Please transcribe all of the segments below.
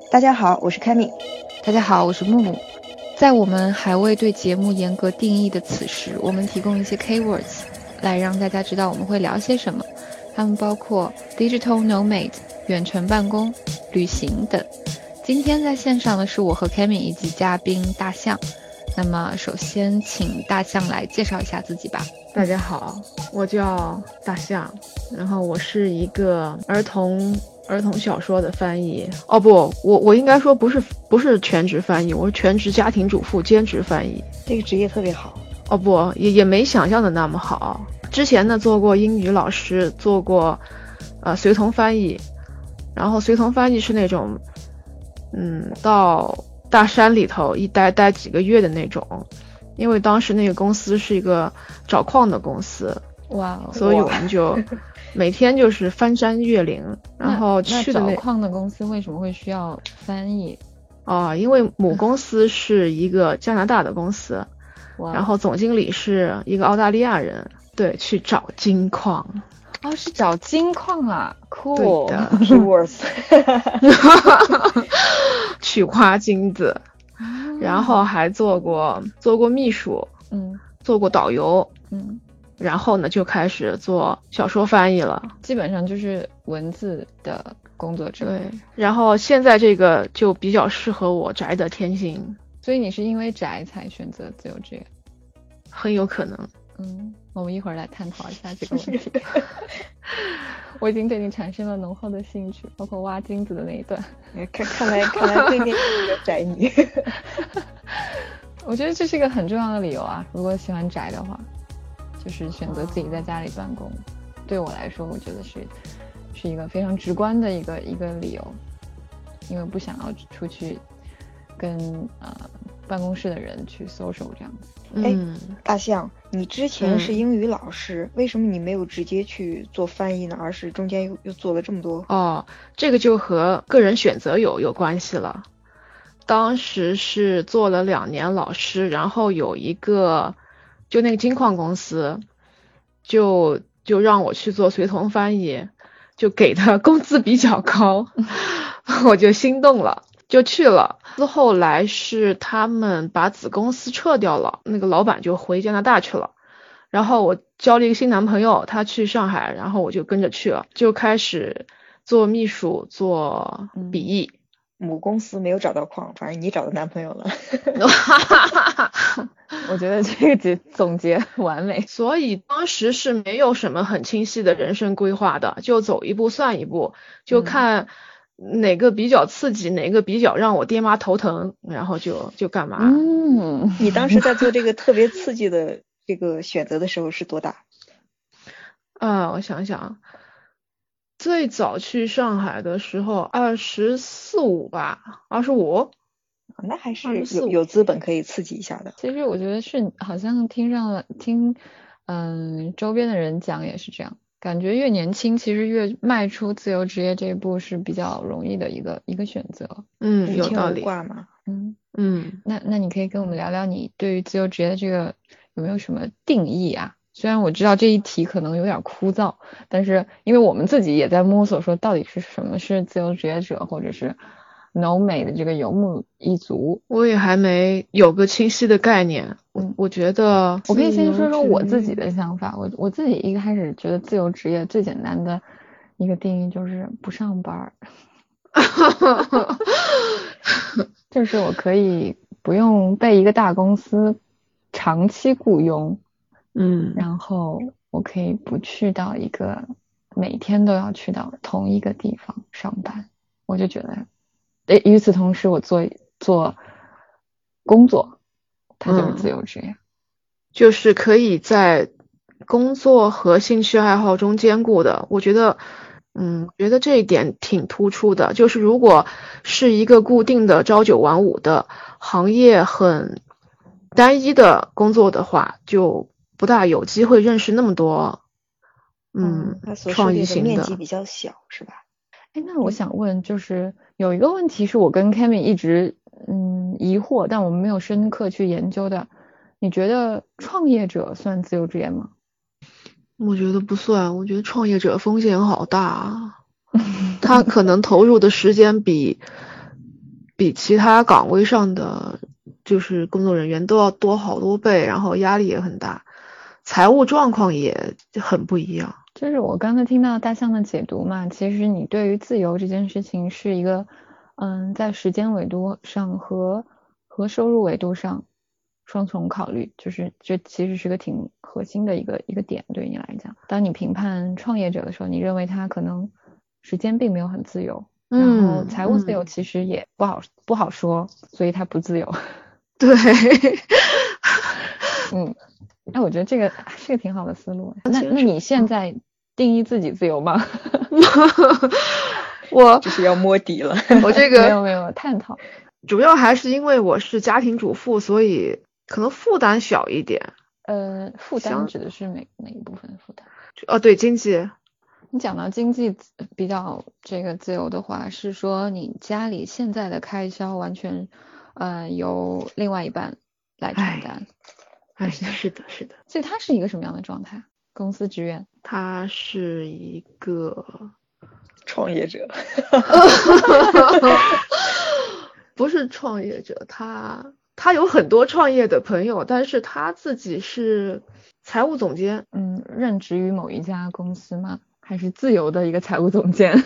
大家好，我是凯米。 大家好，我是木木。在我们还未对节目严格定义的此时，我们提供一些 keywords 来让大家知道我们会聊些什么。它们包括 digital nomad 远程办公、旅行等。今天在线上的是我和 Kemi 以及嘉宾大象。那么首先请大象来介绍一下自己吧。 大家好，我叫大象，然后我是一个儿童小说的翻译。哦不，我应该说不是全职翻译，我是全职家庭主妇兼职翻译。 这个职业特别好。 哦不，也没想象的那么好。之前呢做过英语老师，做过随同翻译，然后随同翻译是那种到大山里头一待几个月的那种，因为当时那个公司是一个找矿的公司。 哇， 所以我们就每天就是翻山越岭，然后去的那找矿的公司为什么会需要翻译？ 因为母公司是一个加拿大的公司，然后总经理是一个澳大利亚人，对，去找金矿。 哦，是找金矿啊，酷， 对的 ，keywords， 去挖金子，然后还做过秘书，做过导游，然后呢就开始做小说翻译了， 基本上就是文字的工作者。 对，然后现在这个就比较适合我宅的天性。 所以你是因为宅才选择自由职业？ 很有可能。 我们一会儿来探讨一下这个问题。我已经对你产生了浓厚的兴趣，包括挖金子的那一段。 看来对面是一个宅女。 我觉得这是一个很重要的理由啊，如果喜欢宅的话，就是选择自己在家里办公。对我来说，我觉得是一个非常直观的一个理由，因为不想要出去跟办公室的人去 social 这样子。 大象，你之前是英语老师，为什么你没有直接去做翻译呢？而是中间又做了这么多？ 这个就和个人选择有关系了。当时是做了2年老师，然后有一个就那个金矿公司就让我去做随同翻译，就给的工资比较高，我就心动了，就去了。后来是他们把子公司撤掉了，那个老板就回加拿大去了，然后我交了一个新男朋友，他去上海，然后我就跟着去了，就开始做秘书，做笔译。 母公司没有找到矿，反正你找到男朋友了。 我觉得这个总结完美。 所以当时是没有什么很清晰的人生规划的，就走一步算一步，就看哪个比较刺激，哪个比较让我爹妈头疼，然后就干嘛。 你当时在做这个特别刺激的这个选择的时候是多大？ 我想想，最早去上海的时候24、25吧，25。 那还是有资本可以刺激一下的。 其实我觉得是好像听周边的人讲也是这样，感觉越年轻其实越迈出自由职业这一步是比较容易的一个选择。 有道理。 那你可以跟我们聊聊你对于自由职业的这个有没有什么定义啊？虽然我知道这一题可能有点枯燥，但是因为我们自己也在摸索说到底是什么是自由职业者，或者是nomad的这个游牧一族， 我也还没有个清晰的概念。我觉得我可以先说说我自己的想法。我自己一开始觉得自由职业最简单的一个定义就是不上班。就是我可以不用被一个大公司长期雇佣，然后我可以不去到一个每天都要去到同一个地方上班。我就觉得与此同时我做工作，它就是自由职业。 就是可以在工作和兴趣爱好中兼顾的。我觉得这一点挺突出的，就是如果是一个固定的朝9晚5的行业，很单一的工作的话，就不大有机会认识那么多创意型的。 面积比较小是吧？ 那我想问，就是有一个问题是我跟 Kemi 一直疑惑，但我们没有深刻去研究的。你觉得创业者算自由职业吗？ 我觉得不算，我觉得创业者风险好大啊。他可能投入的时间比比其他岗位上的就是工作人员都要多好多倍，然后压力也很大，财务状况也很不一样。 就是我刚才听到大象的解读嘛，其实你对于自由这件事情是一个，在时间维度上和收入维度上双重考虑，就是这其实是个挺核心的一个点，对于你来讲。当你评判创业者的时候，你认为他可能时间并没有很自由，然后财务自由其实也不好说，所以他不自由。 对。 哎，我觉得这个是个挺好的思路。那你现在定义自己自由吗？ 我就是要摸底了。 我这个没有探讨， 主要还是因为我是家庭主妇，所以可能负担小一点。 负担指的是哪一部分的负担？ 对，经济。 你讲到经济比较这个自由的话，是说你家里现在的开销完全由另外一半来承担。 是的。 所以他是一个什么样的状态？公司职员？ 他是一个创业者。 不是创业者，他有很多创业的朋友，但是他自己是财务总监。 任职于某一家公司吗？还是自由的一个财务总监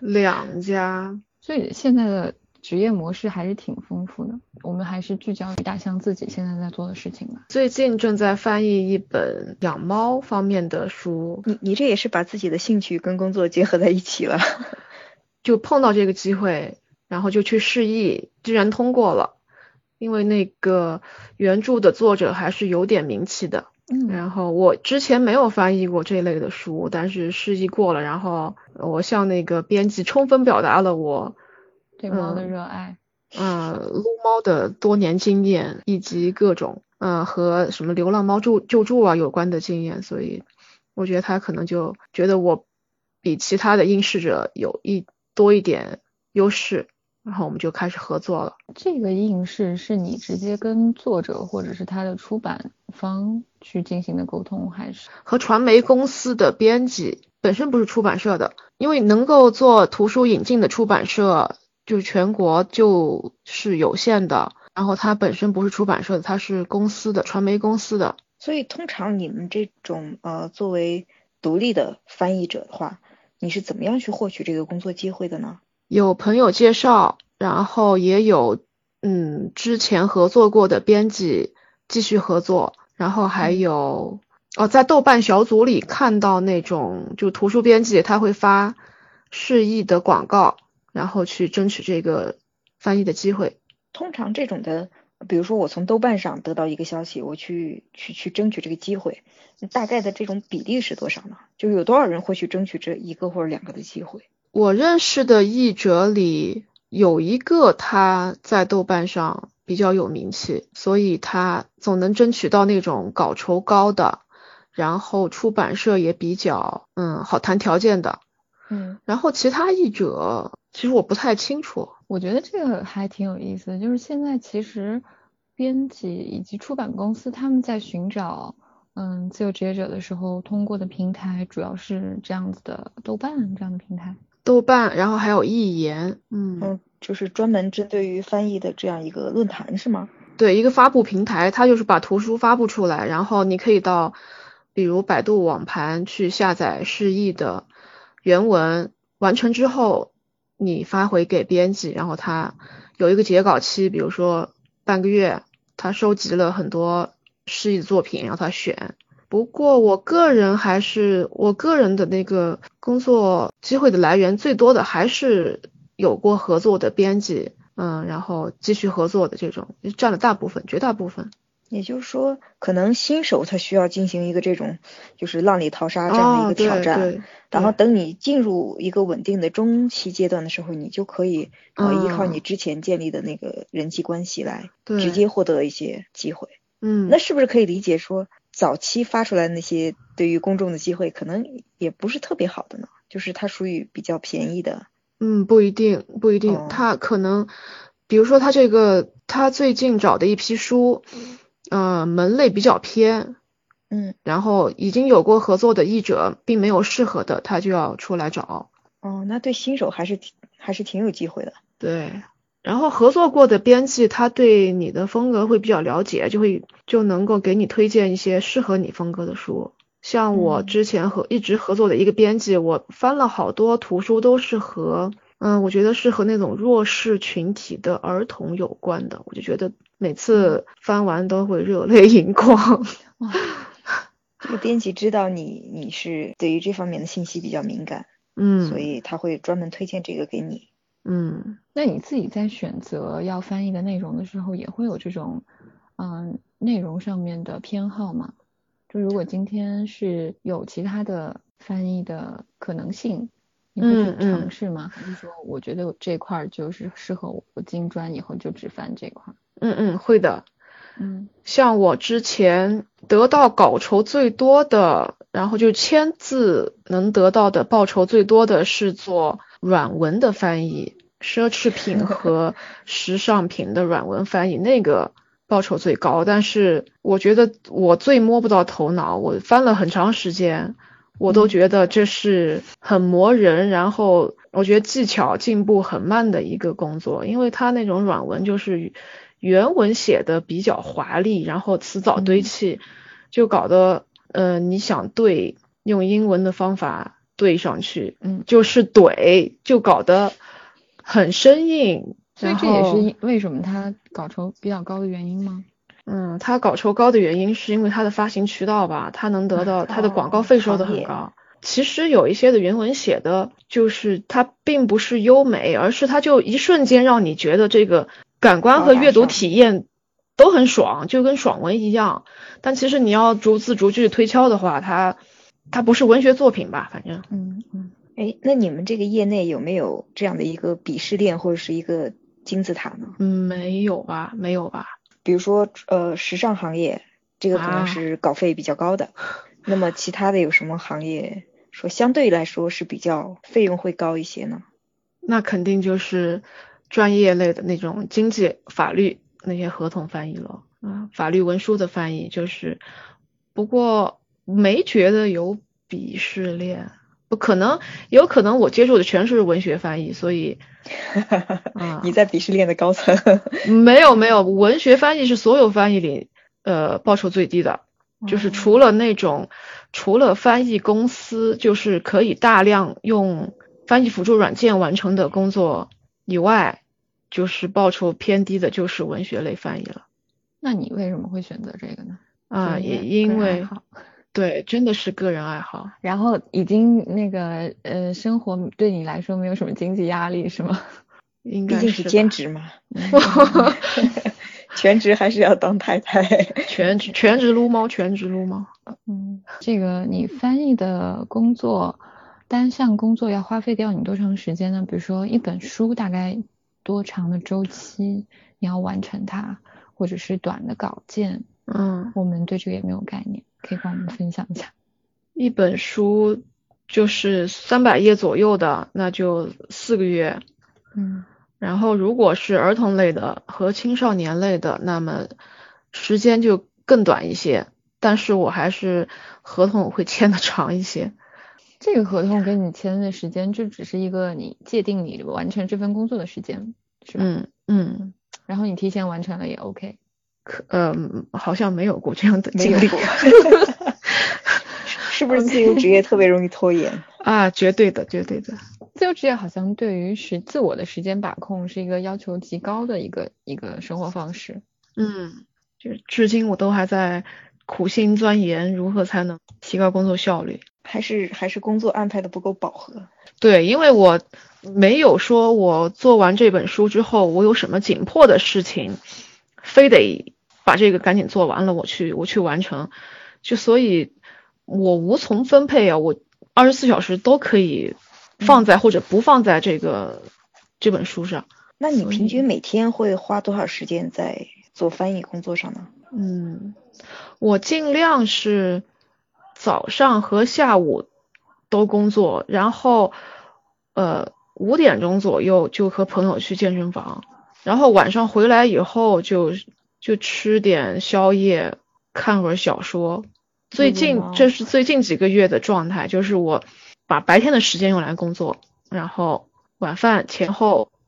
？2家。 所以现在的职业模式还是挺丰富的。我们还是聚焦于大象自己现在在做的事情吧。 最近正在翻译一本养猫方面的书。 你这也是把自己的兴趣跟工作结合在一起了。 就碰到这个机会，然后就去试译，居然通过了。因为那个原著的作者还是有点名气的。然后我之前没有翻译过这类的书，但是试译过了，然后我向那个编辑充分表达了我对猫的热爱， 撸猫的多年经验，以及各种和什么流浪猫救助有关的经验，所以我觉得他可能就觉得我比其他的应试者多一点优势，然后我们就开始合作了。 这个应试是你直接跟作者或者是他的出版方去进行的沟通，还是和传媒公司的编辑？本身不是出版社的，因为能够做图书引进的出版社就全国就是有限的，然后它本身不是出版社的，它是公司的，传媒公司的。 所以通常你们这种作为独立的翻译者的话，你是怎么样去获取这个工作机会的呢？ 有朋友介绍，然后也有之前合作过的编辑继续合作，然后还有在豆瓣小组里看到那种就图书编辑他会发试译的广告，然后去争取这个翻译的机会。 通常这种的，比如说我从豆瓣上得到一个消息，我去争取这个机会，大概的这种比例是多少呢？就是有多少人会去争取这1个或者2个的机会？ 我认识的译者里有一个他在豆瓣上比较有名气，所以他总能争取到那种稿酬高的，然后出版社也比较好谈条件的。然后其他译者其实我不太清楚。 我觉得这个还挺有意思的，就是现在其实编辑以及出版公司他们在寻找自由职业者的时候通过的平台主要是这样子的，豆瓣这样的平台。 豆瓣，然后还有译言。 就是专门针对于翻译的这样一个论坛是吗？ 对，一个发布平台，它就是把图书发布出来，然后你可以到比如百度网盘去下载释义的原文，完成之后你发回给编辑，然后他有一个截稿期，比如说半个月，他收集了很多释义的作品，然后他选。不过我个人的那个工作机会的来源最多的还是有过合作的编辑，然后继续合作的这种占了绝大部分。 也就是说，可能新手他需要进行一个这种就是浪里淘沙这样的一个挑战， 对， 然后等你进入一个稳定的中期阶段的时候，你就可以依靠你之前建立的那个人际关系来直接获得一些机会。那是不是可以理解说早期发出来的那些对于公众的机会可能也不是特别好的呢？就是它属于比较便宜的。 不一定，他可能比如说他最近找的一批书门类比较偏，然后已经有过合作的译者并没有适合的，他就要出来找。 那对新手还是挺有机会的。 对， 然后合作过的编辑他对你的风格会比较了解，就能够给你推荐一些适合你风格的书。像我之前一直合作的一个编辑，我翻了好多图书都是我觉得是和那种弱势群体的儿童有关的，我就觉得每次翻完都会热泪盈光。 这个编辑知道你是对于这方面的信息比较敏感，所以他会专门推荐这个给你。 那你自己在选择要翻译的内容的时候，也会有这种内容上面的偏好吗？就如果今天是有其他的翻译的可能性，你会去尝试吗？还是说我觉得这块就是适合我精专，以后就只翻这块？ 会的。像我之前得到稿酬最多的，然后就签字能得到的报酬最多的是做软文的翻译，奢侈品和时尚品的软文翻译，那个报酬最高。但是我觉得我最摸不到头脑，我翻了很长时间，我都觉得这是很磨人，然后我觉得技巧进步很慢的一个工作，因为它那种软文就是原文写的比较华丽，然后词藻堆砌，就搞得你想用英文的方法对上去，就是怼，就搞得很生硬。 所以这也是为什么他稿酬比较高的原因吗？ 他稿酬高的原因是因为他的发行渠道吧，他能得到他的广告费收得很高。其实有一些的原文写的就是它并不是优美，而是它就一瞬间让你觉得这个感官和阅读体验都很爽，就跟爽文一样。但其实你要逐字逐句推敲的话，它不是文学作品吧，反正。 那你们这个业内有没有这样的一个鄙视链或者是一个金字塔呢？ 没有吧。 比如说时尚行业，这个可能是稿费比较高的。那么其他的有什么行业说相对来说是比较费用会高一些呢？ 那肯定就是专业类的那种经济法律那些合同翻译了。法律文书的翻译不过没觉得有鄙视链。有可能我接触的全是文学翻译，所以你在鄙视链的高层。 没有，文学翻译是所有翻译里报酬最低的，就是除了翻译公司就是可以大量用翻译辅助软件完成的工作以外，就是报酬偏低的就是文学类翻译了。 那你为什么会选择这个呢？ 也因为对，真的是个人爱好。 然后已经生活对你来说没有什么经济压力是吗？ 应该毕竟是兼职嘛。全职还是要当太太。 全职撸猫。 这个你翻译的工作，单项工作要花费掉你多长时间呢？比如说一本书大概多长的周期你要完成它，或者是短的稿件？我们对这个也没有概念，可以帮我们分享一下。 一本书就是300页左右的，那就4个月。然后如果是儿童类的和青少年类的，那么时间就更短一些，但是我还是合同会签的长一些。 这个合同给你签的时间就只是一个你界定你完成这份工作的时间，是吧？然后你提前完成了也 OK。 好像没有过这样的经历。 是不是自由职业特别容易拖延？ 绝对的。 自由职业好像对于自我的时间把控是一个要求极高的一个生活方式。 就至今我都还在苦心钻研如何才能提高工作效率。 还是工作安排的不够饱和。 对，因为我没有说我做完这本书之后我有什么紧迫的事情非得把这个赶紧做完了我去完成，所以我无从分配啊，我24小时都可以放在或者不放在这本书上。 那你平均每天会花多少时间在做翻译工作上呢？ 我尽量是早上和下午都工作，然后5点钟左右就和朋友去健身房，然后晚上回来以后就吃点宵夜，看会儿小说。这是最近几个月的状态，就是我把白天的时间用来工作，然后晚饭前后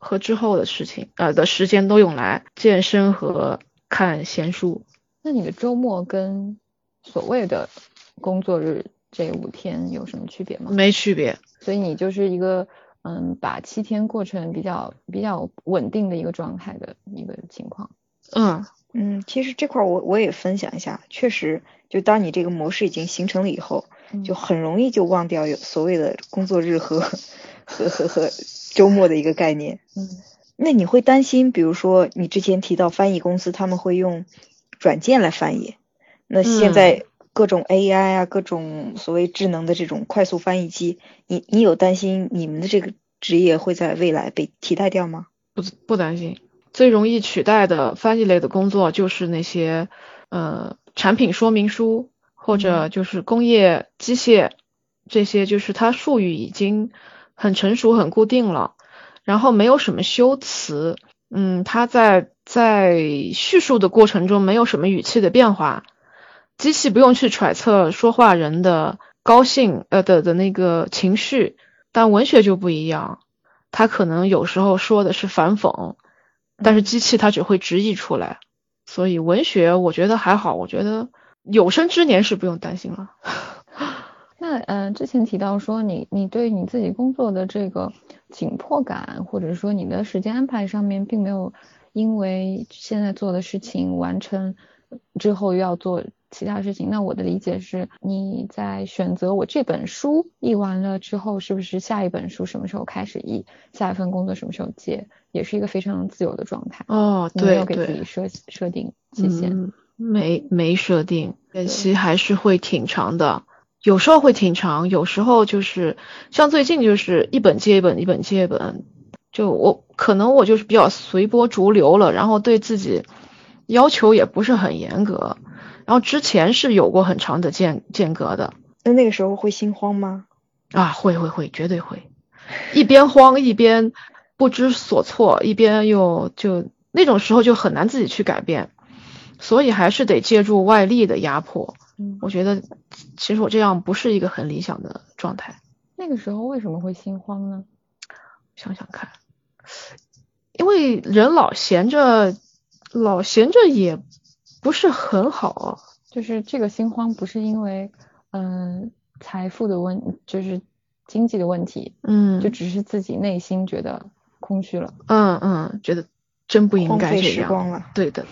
和之后的事情的时间都用来健身和看闲书。 那你的周末跟所谓的工作日这5天有什么区别吗？ 没区别。 所以你就是一个把7天过成比较稳定的一个状态的一个情况。 其实这块我也分享一下，确实就当你这个模式已经形成了以后，就很容易就忘掉有所谓的工作日和周末的一个概念。那你会担心比如说你之前提到翻译公司他们会用软件来翻译，那现在各种 AI 啊，各种所谓智能的这种快速翻译机，你有担心你们的这个职业会在未来被替代掉吗？ 不担心。最容易取代的翻译类的工作就是那些产品说明书或者就是工业机械，这些就是它术语已经很成熟很固定了，然后没有什么修辞，它在叙述的过程中没有什么语气的变化，机器不用去揣测说话人的高兴的那个情绪，但文学就不一样，它可能有时候说的是反讽，但是机器它只会直译出来，所以文学我觉得还好，我觉得有生之年是不用担心了。 那之前提到说你对你自己工作的这个紧迫感，或者说你的时间安排上面并没有因为现在做的事情完成之后又要做其他事情，那我的理解是你在选择我这本书译完了之后，是不是下一本书什么时候开始译，下一份工作什么时候接，也是一个非常自由的状态。 对， 没有给自己设定期限。 没设定，练习还是会挺长的，有时候会挺长，有时候就是像最近就是一本接一本，一本接一本，就可能我就是比较随波逐流了，然后对自己要求也不是很严格，然后之前是有过很长的间隔的。 那个时候会心慌吗？ 会，绝对会，一边慌一边不知所措，一边又就那种时候就很难自己去改变，所以还是得借助外力的压迫。我觉得其实我这样不是一个很理想的状态。 那个时候为什么会心慌呢？ 想想看，因为人老闲着也不是很好， 就是这个心慌不是因为财富的就是经济的问题，就只是自己内心觉得空虚了， 觉得真不应该这样， 荒废时光了。 对的。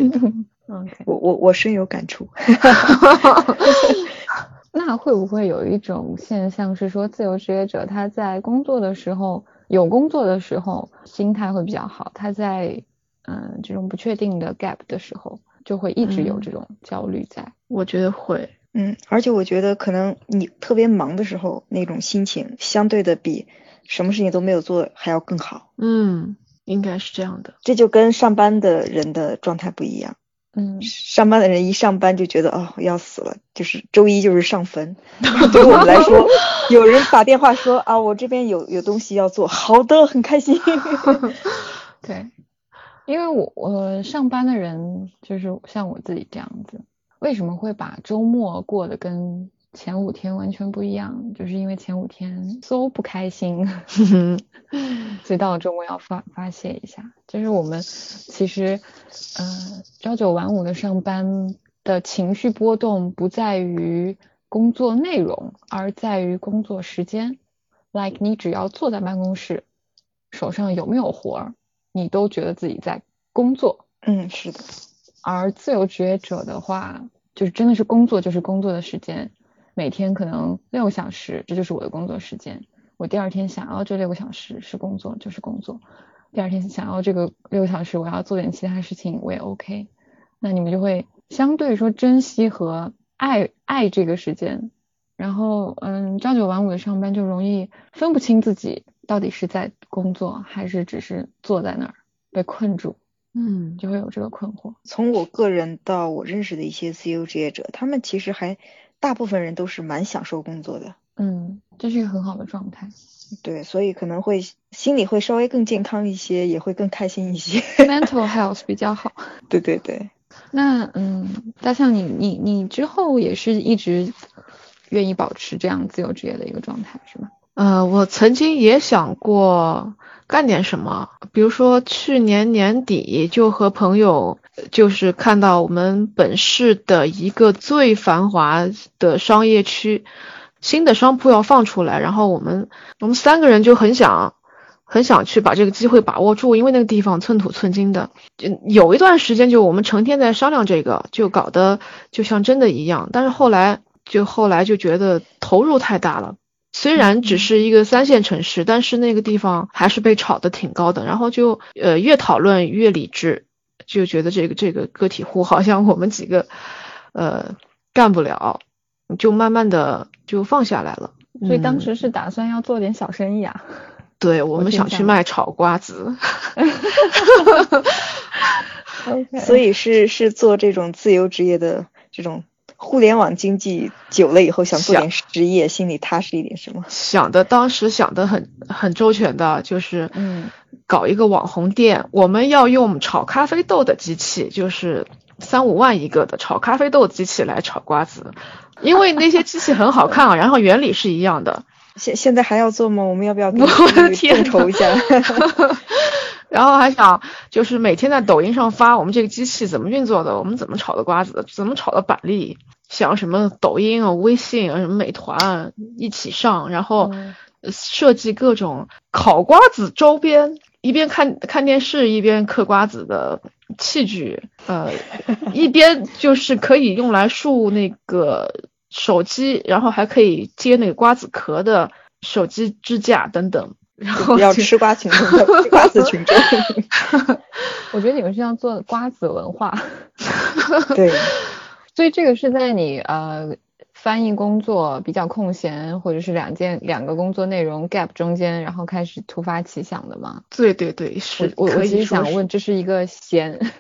Okay. 我深有感触。 那会不会有一种现象是说，自由职业者他在工作的时候心态会比较好，他在这种不确定的 gap 的时候就会一直有这种焦虑在。 我觉得会。 而且我觉得可能你特别忙的时候那种心情相对的比什么事情都没有做还要更好。 应该是这样的。 这就跟上班的人的状态不一样。上班的人一上班就觉得要死了，就是周一就是上坟。对于我们来说，有人打电话说我这边有东西要做，好的，很开心。 对，因为我上班的人就是像我自己这样子，为什么会把周末过得跟前5天完全不一样，就是因为前5天so不开心。所以到了周末要发泄一下。就是我们其实朝9晚5的上班的情绪波动不在于工作内容，而在于工作时间。Like 你只要坐在办公室，手上有没有活儿，你都觉得自己在工作。 是的。 而自由职业者的话，就是真的是工作就是工作的时间，每天可能6个小时，这就是我的工作时间。我第二天想要这6个小时是工作就是工作，第二天想要这个6个小时我要做点其他事情我也 OK。 那你们就会相对说珍惜和爱这个时间，然后朝9晚5的上班就容易分不清自己到底是在工作还是只是坐在那儿被困住，就会有这个困惑。 从我个人到我认识的一些自由职业者，他们其实还大部分人都是蛮享受工作的。 这是一个很好的状态。 对，所以可能会心里会稍微更健康一些，也会更开心一些。 mental health 比较好。 对。 那大象你之后也是一直愿意保持这样自由职业的一个状态是吗？ 我曾经也想过干点什么，比如说去年年底就和朋友就是看到我们本市的一个最繁华的商业区新的商铺要放出来，然后我们3个人就很想去把这个机会把握住，因为那个地方寸土寸金的，有一段时间就我们成天在商量这个，就搞得就像真的一样，但是后来就觉得投入太大了。虽然只是一个3线城市，但是那个地方还是被炒得挺高的，然后就越讨论越理智，就觉得这个个体户好像我们几个干不了，就慢慢的就放下来了。 所以当时是打算要做点小生意啊？ 对，我们想去卖炒瓜子。 Okay. 所以是做这种自由职业的这种互联网经济久了以后，想做点实业，心里踏实一点是吗？ 当时想的很周全的，就是搞一个网红店，我们要用炒咖啡豆的机器，就是3-5万一个的炒咖啡豆机器来炒瓜子，因为那些机器很好看啊，然后原理是一样的。 现在还要做吗？我们要不要跟你众筹一下？ 然后还想就是每天在抖音上发我们这个机器怎么运作的，我们怎么炒的瓜子，怎么炒的板栗，想什么抖音啊、微信啊、什么美团一起上，然后设计各种烤瓜子周边，一边看电视一边嗑瓜子的器具，一边就是可以用来竖那个手机，然后还可以接那个瓜子壳的手机支架等等。然后不要吃瓜群众，吃瓜子群众。 我觉得你们是要做瓜子文化。 对， 所以这个是在你翻译工作比较空闲，或者是两个工作内容 gap 中间，然后开始突发奇想的吗？ 对对对，是。 我其实想问，这是一个闲的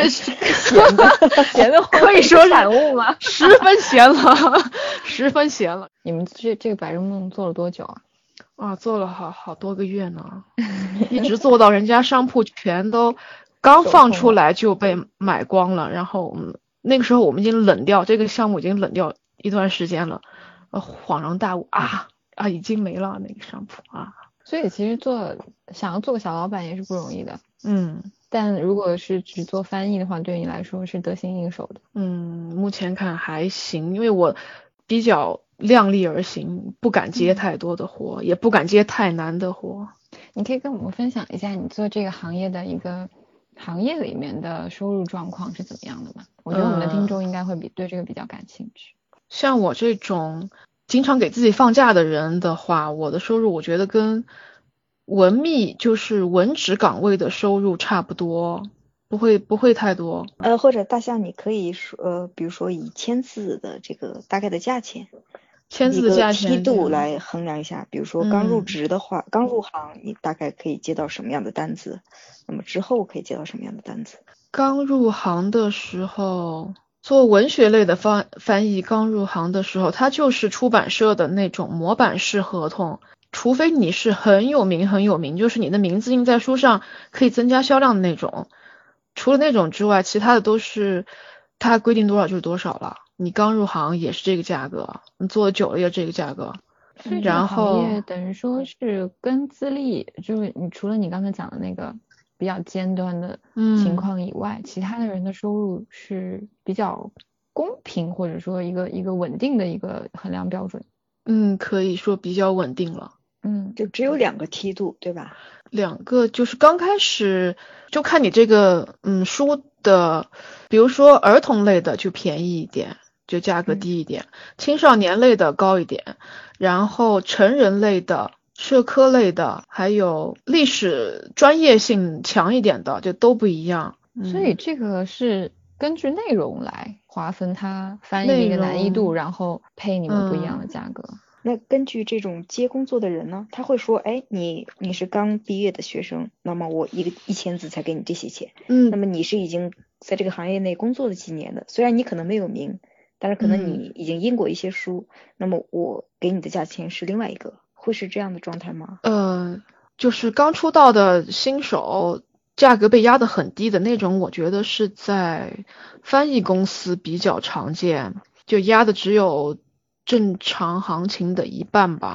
可以说产物吗？ 十分闲了，十分闲了。 你们这个白日梦做了多久啊？ 做了好多个月呢，一直做到人家商铺全都刚放出来就被买光了，然后那个时候我们已经冷掉，这个项目已经冷掉一段时间了，恍然大悟已经没了那个商铺啊。 所以其实想要做个小老板也是不容易的。但如果是只做翻译的话，对你来说是得心应手的。 目前看还行，因为我比较量力而行，不敢接太多的活，也不敢接太难的活。 你可以跟我们分享一下你做这个行业的一个行业里面的收入状况是怎么样的吗？我觉得我们的听众应该会对这个比较感兴趣。 像我这种经常给自己放假的人的话，我的收入我觉得跟文秘就是文职岗位的收入差不多，不会太多。 或者大象你可以说比如说以签字的这个大概的价钱， 签字的价钱梯度来衡量一下。比如说刚入职的话，刚入行你大概可以接到什么样的单子，那么之后可以接到什么样的单子？ 刚入行的时候做文学类的翻译，刚入行的时候它就是出版社的那种模板式合同，除非你是很有名，就是你的名字印在书上可以增加销量的那种，除了那种之外，其他的都是它规定多少就是多少了。你刚入行也是这个价格，你做的久了也是这个价格。然后行业等于说是跟资历，就是你除了你刚才讲的那个比较尖端的情况以外，其他的人的收入是比较公平，或者说一个稳定的一个衡量标准。 可以说比较稳定了。 就只有2个梯度对吧 ？2个就是刚开始就看你这个书的，比如说儿童类的就便宜一点，就价格低一点，青少年类的高一点，然后成人类的、社科类的，还有历史专业性强一点的就都不一样。 所以这个是根据内容来划分它翻译的一个难易度，然后配你们不一样的价格。 那根据这种接工作的人呢，他会说，你是刚毕业的学生，那么我1000字才给你这些钱。那么你是已经在这个行业内工作了几年的，虽然你可能没有名，但是可能你已经印过一些书，那么我给你的价钱是另外一个，会是这样的状态吗？ 就是刚出道的新手，价格被压得很低的那种，我觉得是在翻译公司比较常见，就压的只有正常行情的一半吧。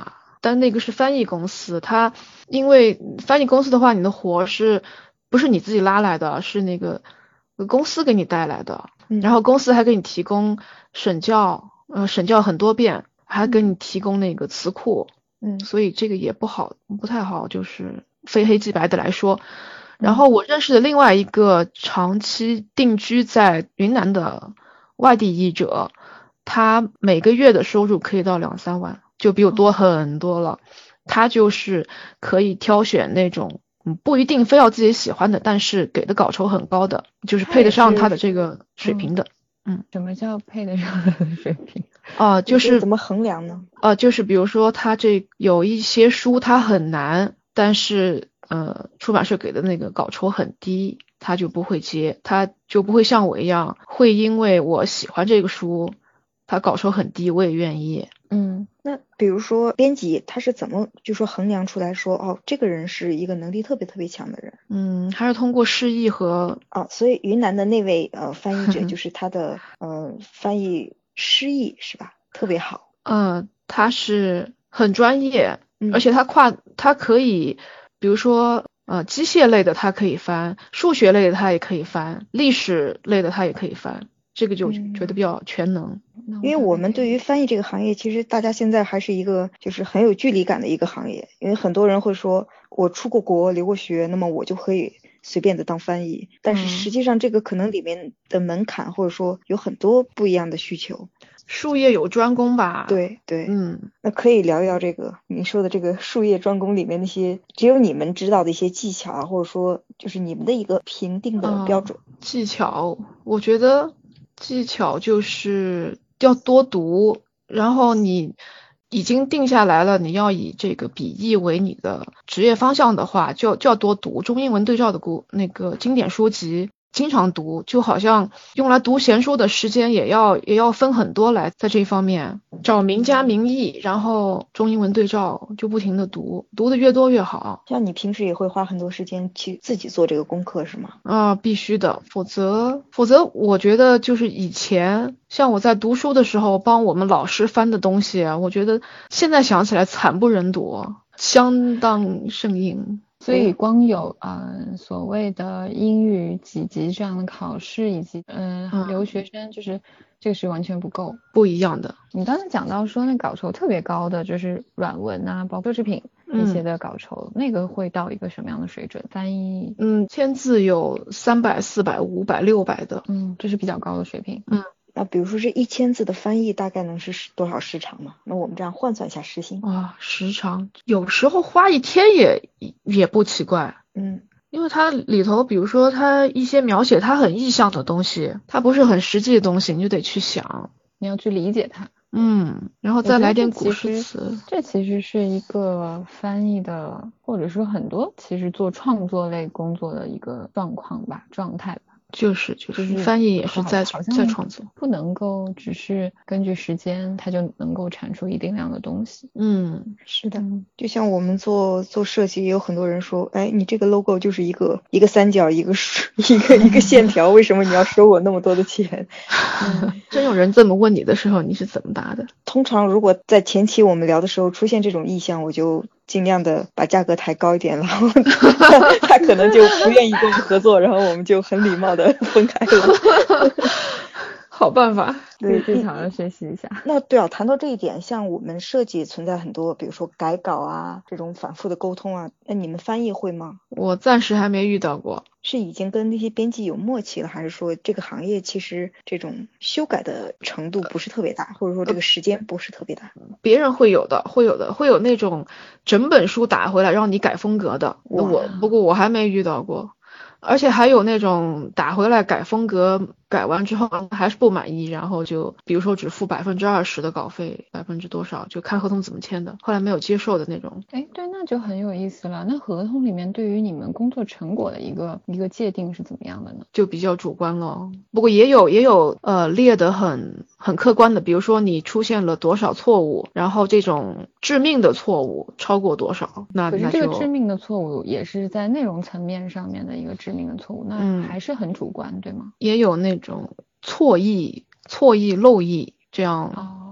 但那个是翻译公司，它因为翻译公司的话，你的活是不是你自己拉来的，是那个公司给你带来的，然后公司还给你提供审校很多遍，还给你提供那个词库，所以这个也不太好，就是非黑即白的来说。然后我认识的另外一个长期定居在云南的外地译者，他每个月的收入可以到2-3万，就比我多很多了。他就是可以挑选那种不一定非要自己喜欢的，但是给的稿酬很高的，就是配得上他的这个水平的。 什么叫配得上他的水平？ 就是怎么衡量呢？ 就是比如说他这有一些书他很难，但是出版社给的那个稿酬很低，他就不会接，他就不会像我一样，会因为我喜欢这个书，他稿酬很低，我也愿意。 那比如说编辑他是怎么就说衡量出来说这个人是一个能力特别特别强的人？ 还是通过释义和所以云南的那位翻译者就是他的翻译诗意是吧？特别好。 他是很专业，而且他可以，比如说机械类的他可以翻，数学类的他也可以翻，历史类的他也可以翻，这个就觉得比较全能。 因为我们对于翻译这个行业，其实大家现在还是一个就是很有距离感的一个行业，因为很多人会说我出过国留过学，那么我就可以随便的当翻译，但是实际上这个可能里面的门槛或者说有很多不一样的需求。 术业有专攻吧。 对，那可以聊一聊这个你说的这个术业专攻里面那些只有你们知道的一些技巧啊，或者说就是你们的一个评定的标准。 技巧，我觉得技巧就是要多读，然后你已经定下来了，你要以这个笔译为你的职业方向的话，就要多读中英文对照的那个经典书籍，经常读，就好像用来读闲书的时间也要分很多来，在这一方面找名家名译，然后中英文对照就不停的读的越多越好。 像你平时也会花很多时间去自己做这个功课是吗？必须的，否则我觉得就是以前像我在读书的时候帮我们老师翻的东西，我觉得现在想起来惨不忍睹，相当生硬。 所以光有所谓的英语几级这样的考试以及留学生就是这个是完全不够， 不一样的。 你刚才讲到说那稿酬特别高的就是软文啊，包括奢侈品一些的稿酬，那个会到一个什么样的水准？翻译签字有300、400、500、600的， 这是比较高的水平。 那比如说这1000字的翻译大概能是多少时长呢？那我们这样换算一下时薪。 时长有时候花1天也不奇怪。因为它里头比如说它一些描写它很意象的东西，它不是很实际的东西，你就得去想， 你要去理解它。 然后再来点古诗词。 这其实是一个翻译的，或者说很多其实做创作类工作的一个状态吧。 就是翻译也是在创作， 不能够只是根据时间它就能够产出一定量的东西。 是的，就像我们做设计，也有很多人说，你这个 logo 就是一个三角，一个线条，为什么你要收我那么多的钱？ 真有人这么问你的时候，你是怎么答的？ 通常如果在前期我们聊的时候出现这种意向，我就尽量的把价格抬高一点，然后他可能就不愿意跟我们合作，然后我们就很礼貌的分开了。 好办法， 对，经常要学习一下。 那对啊，谈到这一点，像我们设计存在很多，比如说改稿啊，这种反复的沟通啊，那你们翻译会吗？ 我暂时还没遇到过。 是已经跟那些编辑有默契了，还是说这个行业其实这种修改的程度不是特别大，或者说这个时间不是特别大？ 别人会有那种整本书打回来让你改风格的，不过我还没遇到过。而且还有那种打回来改风格，改完之后还是不满意，然后就比如说只付20%的稿费，% 多少就看合同怎么签的，后来没有接受的那种。 对，那就很有意思了。那合同里面对于你们工作成果的一个界定是怎么样的呢？ 就比较主观了。不过也有列得很客观的，比如说你出现了多少错误，然后这种致命的错误超过多少，那可是这个致命的错误也是在内容层面上面的一个致命的错误，那还是很主观，对吗？ 也有那种错译漏译这样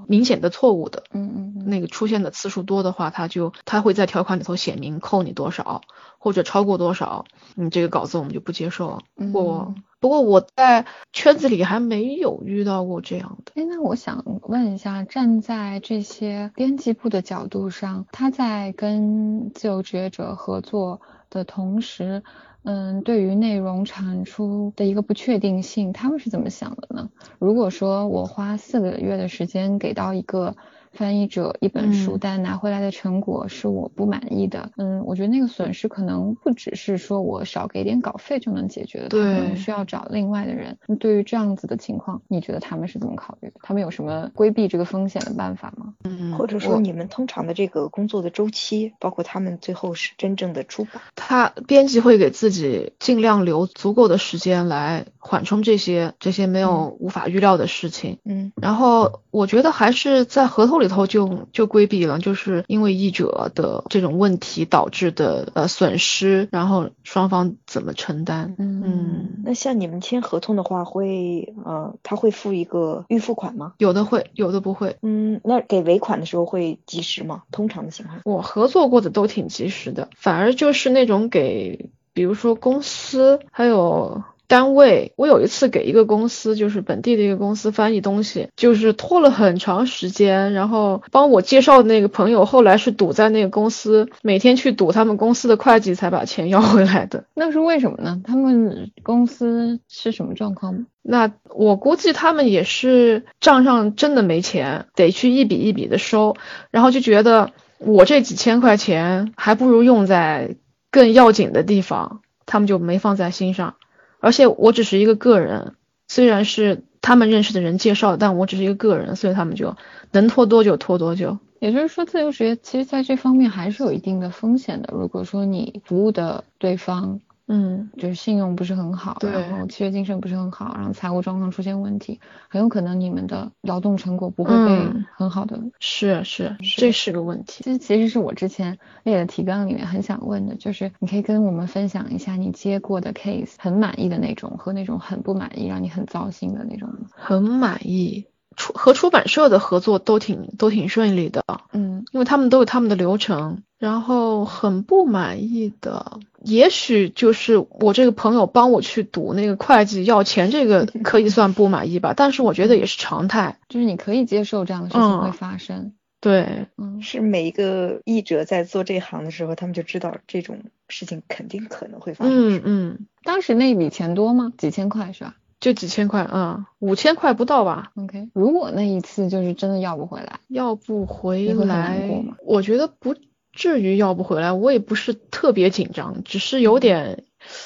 明显的错误的，那个出现的次数多的话，他会在条款里头写明扣你多少，或者超过多少，这个稿子我们就不接受了。不过我在圈子里还没有遇到过这样的。 那我想问一下，站在这些编辑部的角度上，他在跟自由职业者合作的同时，对于内容产出的一个不确定性，他们是怎么想的呢？如果说我花4个月的时间给到一个翻译者一本书，但拿回来的成果是我不满意的，我觉得那个损失可能不只是说我少给点稿费就能解决的，他可能需要找另外的人。对于这样子的情况，你觉得他们是怎么考虑的？他们有什么规避这个风险的办法吗？ 或者说你们通常的这个工作的周期，包括他们最后是真正的出版， 编辑会给自己尽量留足够的时间来缓冲这些没有无法预料的事情。然后我觉得还是在合同里头就规避了，就是因为译者的这种问题导致的损失，然后双方怎么承担。 那像你们签合同的话，他会付一个预付款吗？ 有的会，有的不会。 那给尾款的时候会及时吗？通常的情况， 我合作过的都挺及时的，反而就是那种给比如说公司还有单位，我有一次给一个公司，就是本地的一个公司翻译东西，就是拖了很长时间，然后帮我介绍的那个朋友后来是堵在那个公司，每天去堵他们公司的会计才把钱要回来的。 那是为什么呢？他们公司是什么状况？ 那我估计他们也是账上真的没钱，得去一笔一笔的收，然后就觉得我这几千块钱还不如用在更要紧的地方，他们就没放在心上。而且我只是一个个人，虽然是他们认识的人介绍，但我只是一个个人，所以他们就能拖多久拖多久。 也就是说，自由职业其实在这方面还是有一定的风险的。如果说你服务的对方就是信用不是很好，然后契约精神不是很好，然后财务状况出现问题，很有可能你们的劳动成果不会被很好的。 是，这是个问题。 这其实是我之前列的提纲里面很想问的，就是你可以跟我们分享一下你接过的 case 很满意的那种和那种很不满意让你很糟心的那种。 很满意，和出版社的合作都挺顺利的，因为他们都有他们的流程。然后很不满意的，也许就是我这个朋友帮我去赌那个会计要钱，这个可以算不满意吧，但是我觉得也是常态， 就是你可以接受这样的事情会发生。 对， 是每一个译者在做这行的时候，他们就知道这种事情肯定可能会发生。 当时那笔钱多吗？几千块是吧？ 就几千块，5000块不到吧。 OK， 如果那一次就是真的要不回来， 你会很难过吗？ 我觉得不至于要不回来，我也不是特别紧张，只是有点，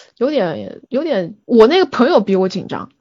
我那个朋友比我紧张。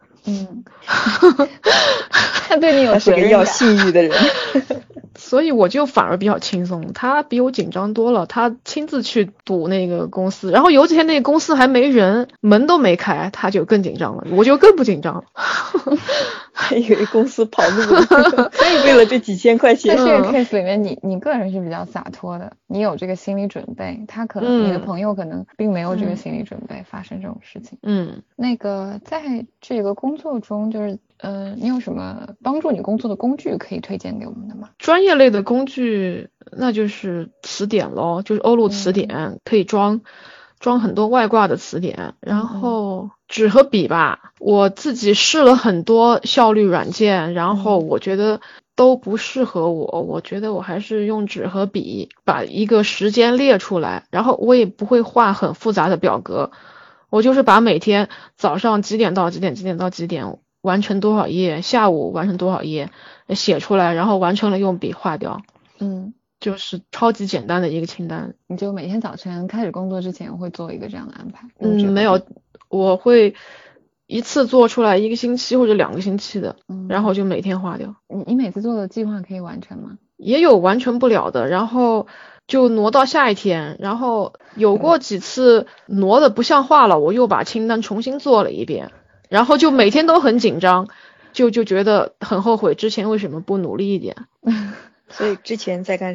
他对你有责任感，要信誉的人。 所以我就反而比较轻松，他比我紧张多了，他亲自去堵那个公司，然后有几天那个公司还没人，门都没开，他就更紧张了，我就更不紧张了。 还以为公司跑路了，所以为了这几千块钱。 在这个 case 里面，你个人是比较洒脱的，你有这个心理准备，他可能你的朋友可能并没有这个心理准备发生这种事情。那个在这个工作中，就是你有什么帮助你工作的工具可以推荐给我们的吗？ 专业类的工具那就是词典咯，就是欧陆词典，可以装很多外挂的词典，然后纸和笔吧，我自己试了很多效率软件，然后我觉得都不适合我觉得我还是用纸和笔把一个时间列出来，然后我也不会画很复杂的表格，我就是把每天早上几点到几点，几点到几点完成多少页，下午完成多少页写出来，然后完成了用笔划掉。就是超级简单的一个清单。 你就每天早晨开始工作之前会做一个这样的安排？ 没有，我会一次做出来1个星期或者2个星期的，然后就每天划掉。 你每次做的计划可以完成吗？ 也有完成不了的，然后就挪到下一天，然后有过几次挪的不像话了，我又把清单重新做了一遍，然后就每天都很紧张，就觉得很后悔之前为什么不努力一点。 所以之前在干什么？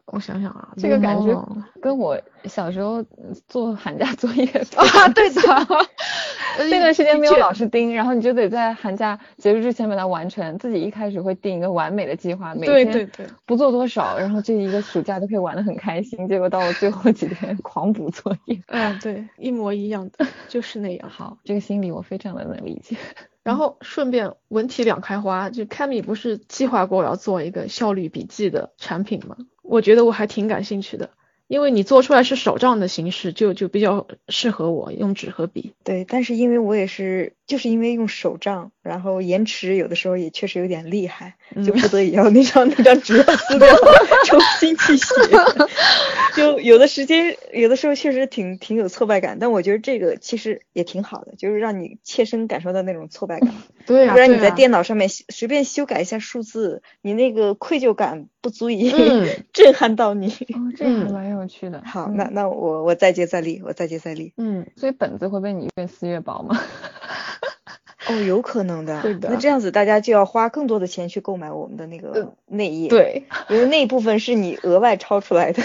我想想啊， 这个感觉跟我小时候做寒假作业啊，对的。 那段时间没有老师盯，然后你就得在寒假结束之前把它完成，自己一开始会定一个完美的计划，每天不做多少，然后这一个暑假都可以玩得很开心，结果到了最后几天狂补作业。 对，一模一样的，就是那样。 好，这个心理我非常的能理解。 然后顺便文体两开花，就 Cammy 不是计划过要做一个效率笔记的产品吗？我觉得我还挺感兴趣的，因为你做出来是手账的形式，就比较适合我用纸和笔。 对，但是因为我也是就是因为用手账，然后延迟有的时候也确实有点厉害，就不得已要那张纸要撕掉重新去写。就有的时候确实挺有挫败感，但我觉得这个其实也挺好的，就是让你切身感受到那种挫败感。 对啊， 不然你在电脑上面随便修改一下数字，你那个愧疚感不足以震撼到你。 这还蛮有趣的。 好，那我再接再厉。 所以本子会被你越撕越薄吗？ 有可能的。 对的。 那这样子大家就要花更多的钱去购买我们的那个内页。 对， 因为那一部分是你额外抄出来的。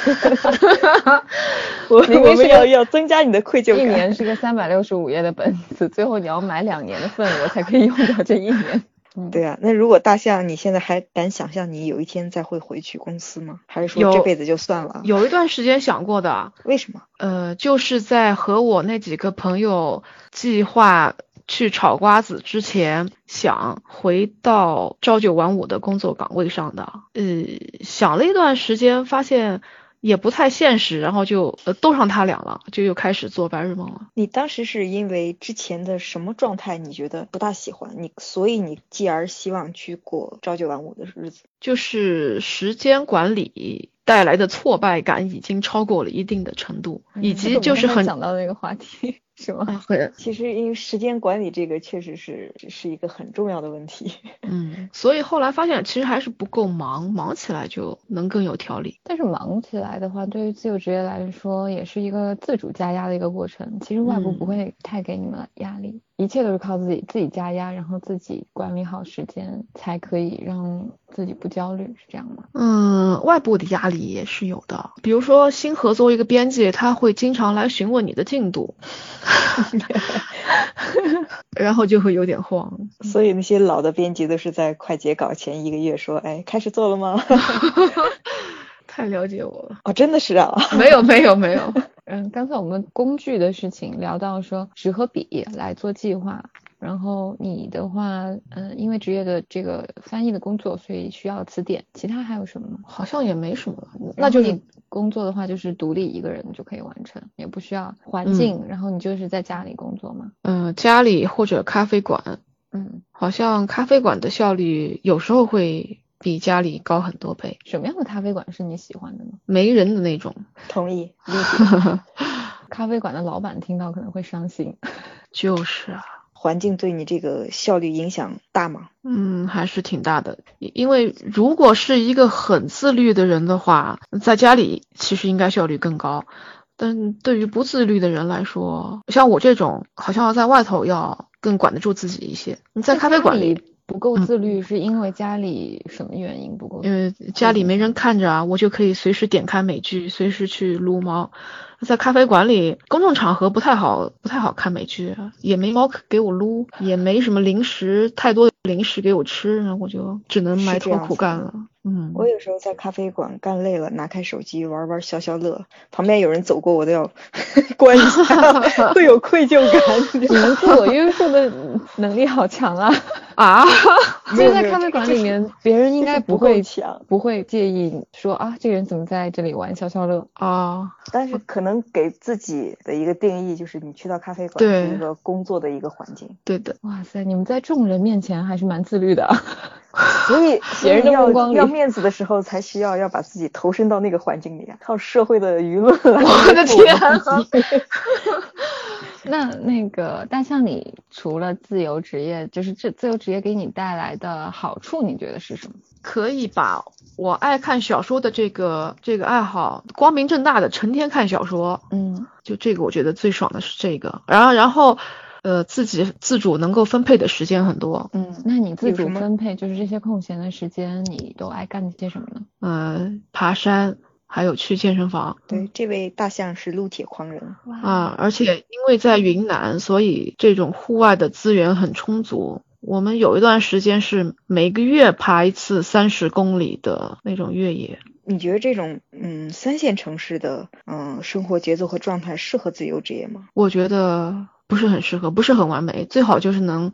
我们要增加你的愧疚感。 一年是个365页的本子，最后你要买2年的份额才可以用掉这1年。 对啊，那如果大象你现在还敢想象你有一天再会回去公司吗？还是说这辈子就算了？ 有一段时间想过的。 为什么？ 就是在和我那几个朋友计划去炒瓜子之前，想回到朝9晚5的工作岗位上的。想了一段时间，发现也不太现实，然后就斗上他俩了，就又开始做白日梦了。 你当时是因为之前的什么状态你觉得不大喜欢所以你继而希望去过朝9晚5的日子？ 就是时间管理带来的挫败感已经超过了一定的程度，以及就是很讲到那个话题是吗？ 其实因为时间管理这个确实是一个很重要的问题。 所以后来发现其实还是不够忙起来就能更有条理。 但是忙起来的话，对于自由职业来说也是一个自主加压的一个过程，其实外部不会太给你们压力，一切都是靠自己加压，然后自己管理好时间，才可以让自己不焦虑，是这样吗？ 外部的压力也是有的，比如说新合作一个编辑，他会经常来询问你的进度。然后就会有点慌。 所以那些老的编辑都是在快截稿前1个月说，开始做了吗？ 太了解我了。 真的是啊。 没有。 刚才我们工具的事情聊到说纸和笔来做计划，然后你的话因为职业的这个翻译的工作，所以需要词典，其他还有什么吗？ 好像也没什么。 那就你工作的话就是独立一个人就可以完成，也不需要环境。然后你就是在家里工作吗？ 家里或者咖啡馆。好像咖啡馆的效率有时候会比家里高很多倍。 什么样的咖啡馆是你喜欢的呢？ 没人的那种。 同意，理解。 咖啡馆的老板听到可能会伤心。 就是啊。 环境对你这个效率影响大吗？ 还是挺大的。因为如果是一个很自律的人的话，在家里其实应该效率更高，但对于不自律的人来说，像我这种好像要在外头要更管得住自己一些。你在咖啡馆里不够自律，是因为家里什么原因不够？ 因为家里没人看着啊，我就可以随时点开美剧，随时去撸猫。在咖啡馆里，公众场合不太好看美剧，也没猫给我撸，也没什么太多零食给我吃，然后我就只能埋头苦干了。 我有时候在咖啡馆干累了，拿开手机玩消乐，旁边有人走过我都要关一下，会有愧疚感。 你们自我约束的能力好强啊！就在咖啡馆里面，别人应该不会介意说这个人怎么在这里玩消乐啊。 但是可能给自己的一个定义就是你去到咖啡馆是一个工作的一个环境。 对的。 哇塞，你们在众人面前还是蛮自律的。 所以别人的目光里要面子的时候才需要把自己投身到那个环境里，靠社会的舆论来。 我的天那个大象，你除了自由职业，就是自由职业给你带来的好处，你觉得是什么？ 可以把我爱看小说的这个爱好光明正大的成天看小说。就这个我觉得最爽的是这个。然后自己自主能够分配的时间很多。 那你自主分配就是这些空闲的时间，你都爱干些什么呢？ 爬山， 还有去健身房。 对，这位大象是撸铁狂人啊，而且因为在云南，所以这种户外的资源很充足。我们有一段时间是每个月爬一次30公里的那种越野。 你觉得这种3线城市的生活节奏和状态适合自由职业吗？ 我觉得不是很适合，不是很完美。最好就是能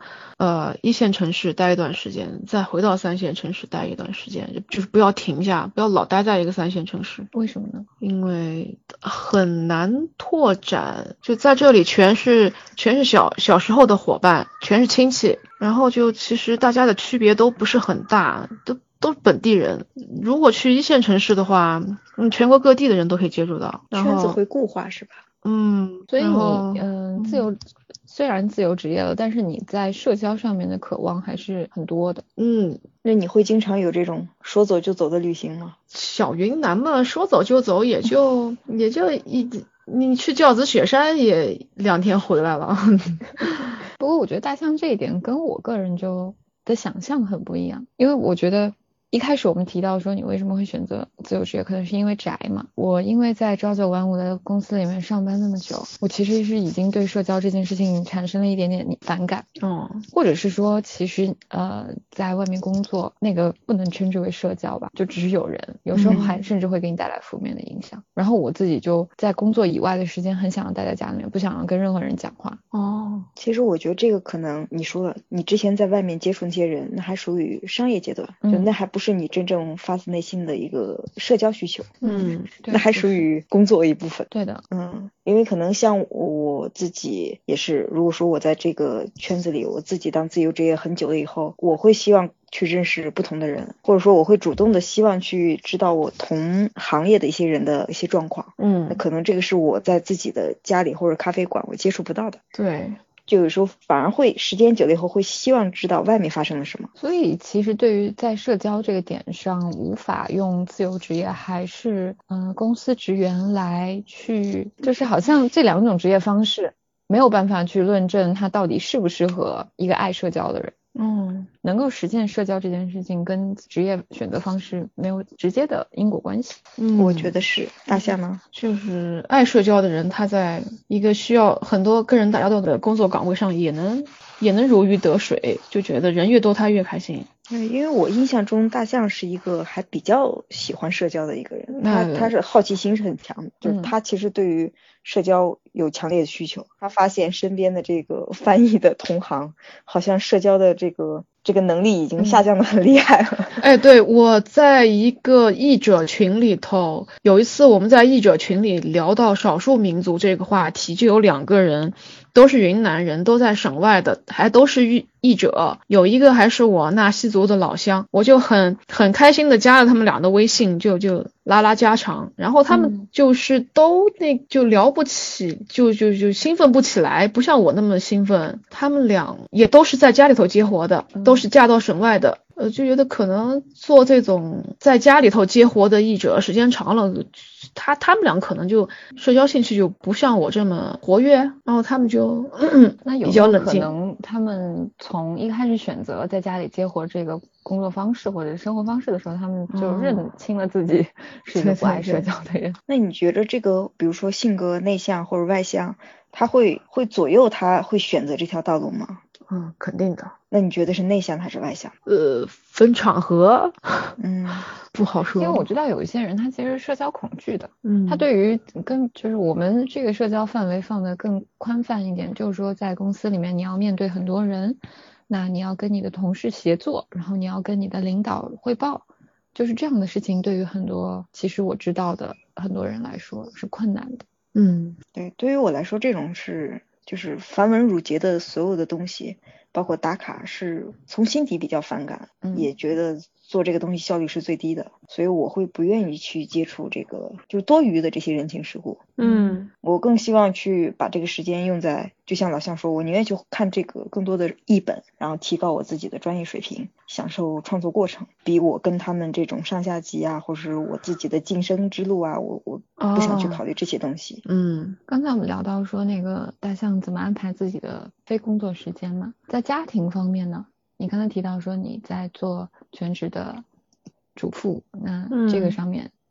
1线城市待一段时间，再回到3线城市待一段时间，就是不要停下，不要老待在一个3线城市。 为什么呢？ 因为很难拓展，就在这里全是小时候的伙伴，全是亲戚，然后就其实大家的区别都不是很大，都是本地人。如果去1线城市的话，全国各地的人都可以接触到， 圈子会固化是吧？ 所以你虽然自由职业了，但是你在社交上面的渴望还是很多的。 那你会经常有这种说走就走的旅行吗？ 小云南嘛，说走就走，也就你去教子雪山也2天回来了。 不过我觉得大象这一点跟我个人的想象很不一样，因为我觉得一开始我们提到说你为什么会选择自由职业，可能是因为宅嘛。我因为在朝九晚五的公司里面上班那么久，我其实是已经对社交这件事情产生了一点点反感。或者是说其实在外面工作那个不能称之为社交吧，就只是有人，有时候还甚至会给你带来负面的影响。然后我自己就在工作以外的时间很想要待在家里面，不想要跟任何人讲话。 其实我觉得这个可能你说了，你之前在外面接触那些人，那还属于商业阶段，就那还不是你真正发自内心的一个社交需求。那还属于工作一部分。 对的。 因为可能像我自己也是，如果说我在这个圈子里，我自己当自由职业很久了以后，我会希望去认识不同的人，或者说我会主动的希望去知道我同行业的一些人的一些状况。那可能这个是我在自己的家里或者咖啡馆我接触不到的。 对， 就有时候反而会时间久了以后会希望知道外面发生了什么。 所以其实对于在社交这个点上无法用自由职业还是公司职员来去，就是好像这2种职业方式没有办法去论证它到底适不适合一个爱社交的人。能够实现社交这件事情跟职业选择方式没有直接的因果关系。 我觉得是。大象呢？ 就是爱社交的人，他在一个需要很多跟人打交道的工作岗位上也能如鱼得水，就觉得人越多他越开心。 因为我印象中大象是一个还比较喜欢社交的一个人，他是好奇心是很强的，就是他其实对于社交有强烈的需求。他发现身边的这个翻译的同行好像社交的这个能力已经下降的很厉害了。 对，我在一个译者群里头，有一次我们在译者群里聊到少数民族这个话题，就有2个人都是云南人，都在省外的，还都是译者，有一个还是我纳西族的老乡，我就很开心的加了他们俩的微信，就拉家常，然后他们就是都就聊不起，就兴奋不起来，不像我那么兴奋。他们俩也都是在家里头接活的，都是嫁到省外的。就觉得可能做这种在家里头接活的译者时间长了，他们俩可能就社交兴趣就不像我这么活跃，然后他们就比较冷静。那有可能他们从一开始选择在家里接活这个工作方式或者生活方式的时候，他们就认清了自己是一个不爱社交的人。 那你觉得这个比如说性格内向或者外向，他会左右他会选择这条道路吗？ 肯定的。 那你觉得是内向还是外向？ 分场合，不好说。 因为我知道有一些人他其实是社交恐惧的，他对于就是我们这个社交范围放得更宽泛一点，就是说在公司里面你要面对很多人，那你要跟你的同事协作，然后你要跟你的领导汇报，就是这样的事情对于很多其实我知道的很多人来说是困难的。 对，对于我来说这种就是繁文缛节的所有的东西，包括打卡，是从心底比较反感，也觉得做这个东西效率是最低的，所以我会不愿意去接触这个就多余的这些人情世故。我更希望去把这个时间用在，就像老向说，我宁愿去看这个更多的译本，然后提高我自己的专业水平，享受创作过程，比我跟他们这种上下级啊，或是我自己的晋升之路啊，我不想去考虑这些东西。 刚才我们聊到说那个大象怎么安排自己的非工作时间嘛，在家庭方面呢，你刚才提到说你在做全职的主妇，那这个上面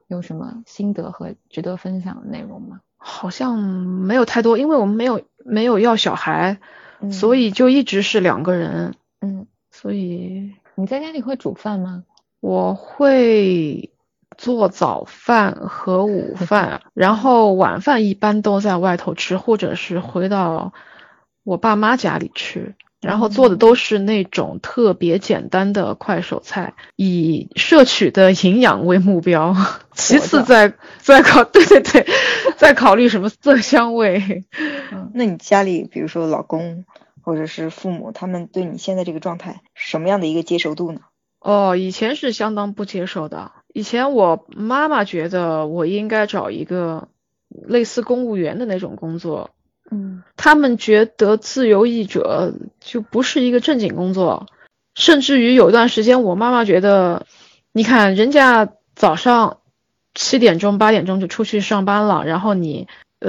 有什么心得和值得分享的内容吗？ 好像没有太多，因为我们没有要小孩，所以就一直是2个人。所以你在家里会煮饭吗？ 我会做早饭和午饭，然后晚饭一般都在外头吃，或者是回到我爸妈家里吃。然后做的都是那种特别简单的快手菜，以摄取的营养为目标，其次再考虑什么色香味。 那你家里比如说老公或者是父母，他们对你现在这个状态什么样的一个接受度呢？ 以前是相当不接受的。以前我妈妈觉得我应该找一个类似公务员的那种工作。他们觉得自由译者就不是一个正经工作，甚至于有段时间我妈妈觉得，你看人家早上7点钟8点钟就出去上班了，然后你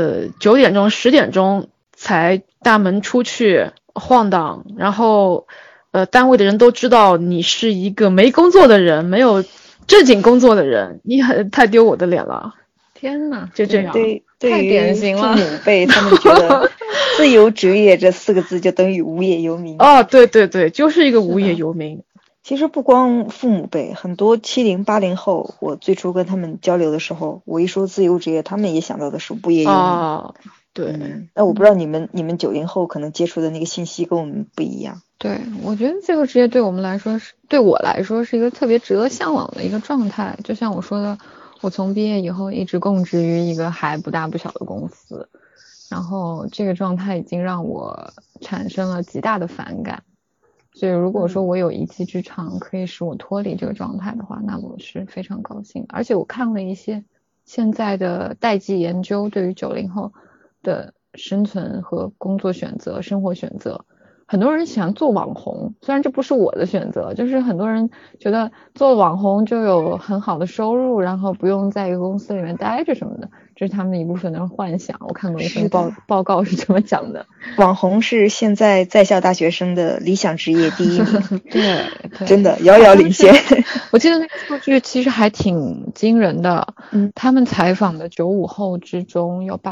9点钟10点钟才大门出去晃荡，然后单位的人都知道你是一个没工作的人，没有正经工作的人，你太丢我的脸了。 天哪， 就这样。 太典型了。 父母辈他们觉得自由职业这4个字就等于无业游民。 对，就是一个无业游民。 其实不光父母辈，很多70、80后，我最初跟他们交流的时候，我一说自由职业，他们也想到的是无业游民。 对。 那我不知道你们90后可能接触的那个信息跟我们不一样。 对，我觉得自由职业对我来说是一个特别值得向往的一个状态。就像我说的，我从毕业以后一直供职于一个还不大不小的公司，然后这个状态已经让我产生了极大的反感。所以如果说我有一技之长可以使我脱离这个状态的话，那我是非常高兴。而且我看了一些现在的代际研究，对于90后的生存和工作选择、生活选择，很多人想做网红，虽然这不是我的选择，就是很多人觉得做网红就有很好的收入，然后不用在一个公司里面待着什么的，这是他们一部分的幻想。我看过一份报告是这么讲的。 网红是现在在校大学生的理想职业第1名。 对， 真的遥遥领先。 我记得那个数据其实还挺惊人的。他们采访的95后之中，有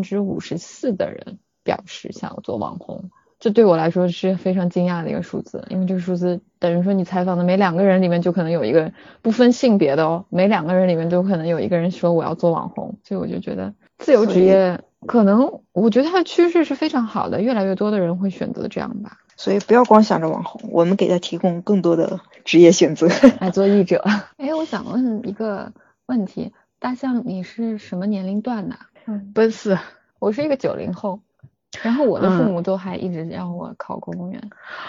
54%的人表示想要做网红。这对我来说是非常惊讶的一个数字，因为这个数字等于说你采访的每2个人里面就可能有一个，不分性别的哦，每2个人里面就可能有一个人说我要做网红。所以我就觉得自由职业可能，我觉得它的趋势是非常好的，越来越多的人会选择这样吧。 所以不要光想着网红，我们给他提供更多的职业选择。 来做译者。我想问一个问题，大象你是什么年龄段的？ 奔4。 我是一个90后。然后我的父母都还一直让我考公务员。